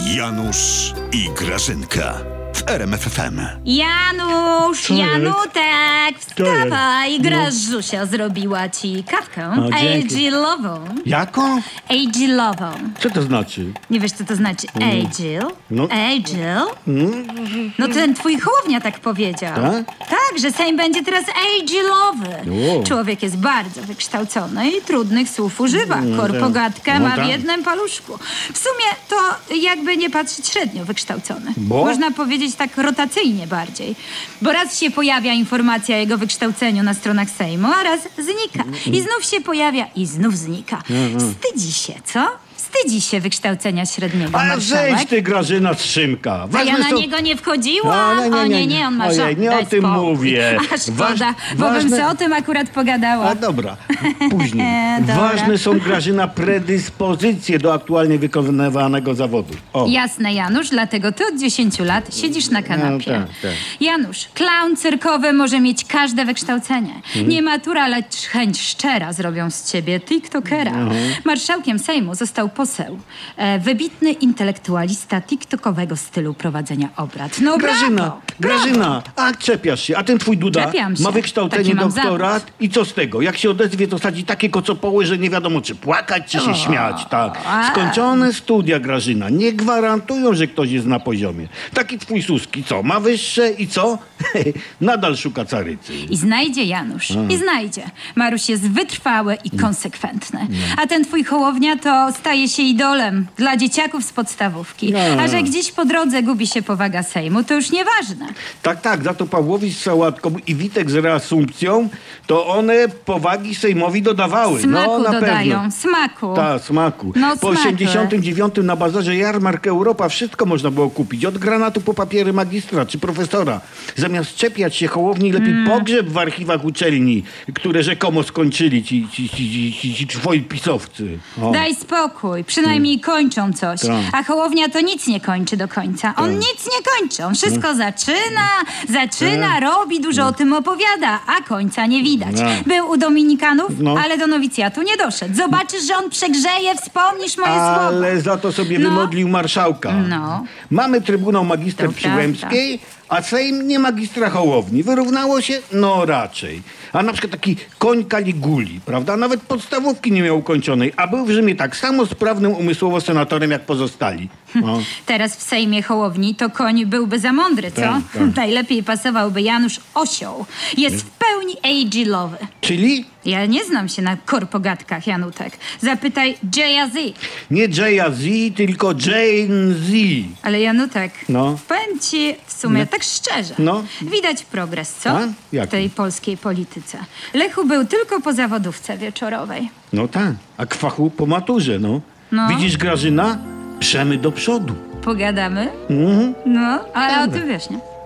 Janusz i Grażynka w RMF FM. Janusz, Co jest? Janutek, Co jest? wstawaj, No. Grażusia zrobiła ci kawkę dzięki. Agilową. Jaką? Agilową. Co to znaczy? Nie wiesz, co to znaczy Agil? No. Agil? No ten twój chłownia tak powiedział. Tak? Tak, że Sejm będzie teraz agilowy. O. Człowiek jest bardzo wykształcony i trudnych słów używa. Korpogatkę No ma w tak. jednym paluszku. W sumie to jakby nie patrzeć średnio wykształcony. Bo? Można powiedzieć tak rotacyjnie bardziej. Bo raz się pojawia informacja o jego wykształceniu na stronach Sejmu, a raz znika. I znów się pojawia i znów znika. Wstydzi się, co? Wstydzi się wykształcenia średniego, A marszałek. zejdź ty, Grażyna, z Szymka. A ja Ważne na są- niego nie wchodziłam. No, O nie, on ma Ojej, żart. nie Daj o tym spokój. mówię. A szkoda, bo bym ważne- se o tym akurat pogadała. A dobra, później. Dobra. Ważne są, Grażyna, predyspozycje do aktualnie wykonywanego zawodu. O. Jasne, Janusz, dlatego ty od 10 lat siedzisz na kanapie. No, tak. Janusz, klaun cyrkowy może mieć każde wykształcenie. Nie matura, lecz chęć szczera zrobią z ciebie tiktokera. Marszałkiem Sejmu został poseł. Wybitny intelektualista tiktokowego stylu prowadzenia obrad. No Grażyna, brawo. a czepiasz się, a ten twój Duda Czepiam się. ma wykształcenie Taki mam doktorat zawód. i co z tego? Jak się odezwie, to sadzi takie kocopoły, że nie wiadomo, czy płakać, czy się śmiać, tak. Skończone studia, Grażyna, nie gwarantują, że ktoś jest na poziomie. Taki twój Suski, co, ma wyższe i co? Nadal szuka carycy. I znajdzie Janusz. I znajdzie. Maruś jest wytrwały i konsekwentny. A ten twój Hołownia to staje się idolem dla dzieciaków z podstawówki. A że gdzieś po drodze gubi się powaga Sejmu, to już nieważne. Tak, za to Pawłowicz z sałatką i Witek z reasumpcją, to one powagi Sejmowi dodawały. Smaku no, na dodają. pewno. Smaku. Tak, smaku. No, Po smaku. 89 na bazarze Jarmark Europa wszystko można było kupić. Od granatu po papiery magistra czy profesora. Zamiast czepiać się Hołowni, lepiej pogrzeb w archiwach uczelni, które rzekomo skończyli ci twoi pisowcy. O. Daj spokój. Przynajmniej kończą coś. Tak. A Hołownia to nic nie kończy do końca. On nic nie kończy. On wszystko zaczyna, robi, dużo o tym opowiada, a końca nie widać. Tak. Był u Dominikanów, No. ale do nowicjatu nie doszedł. Zobaczysz, że on przegrzeje, wspomnisz moje słowa. Ale za to sobie No. wymodlił marszałka. No. Mamy Trybunał Magister To Przyłębskiej, a Sejm nie magistra Hołowni. Wyrównało się? No raczej. A na przykład taki koń Kaliguli, prawda? Nawet podstawówki nie miał ukończonej, a był w Rzymie tak samo sprawnym umysłowo senatorem jak pozostali. O. Teraz w Sejmie Hołowni to koń byłby za mądry, co? Tak. Najlepiej pasowałby Janusz Osioł. Jest w pełni agilowy. Czyli Ja nie znam się na korpogatkach, Janutek. Zapytaj Jay-Z. nie Jay-Z, tylko Jane Z. Ale Janutek, No. powiem ci w sumie tak szczerze. No. Widać progres, co? A? Jaki? W tej polskiej polityce. Lechu był tylko po zawodówce wieczorowej. No tak, a k fachu po maturze, no. No. Widzisz, Grażyna? Przemy do przodu. Pogadamy? No, ale o tym wiesz, nie?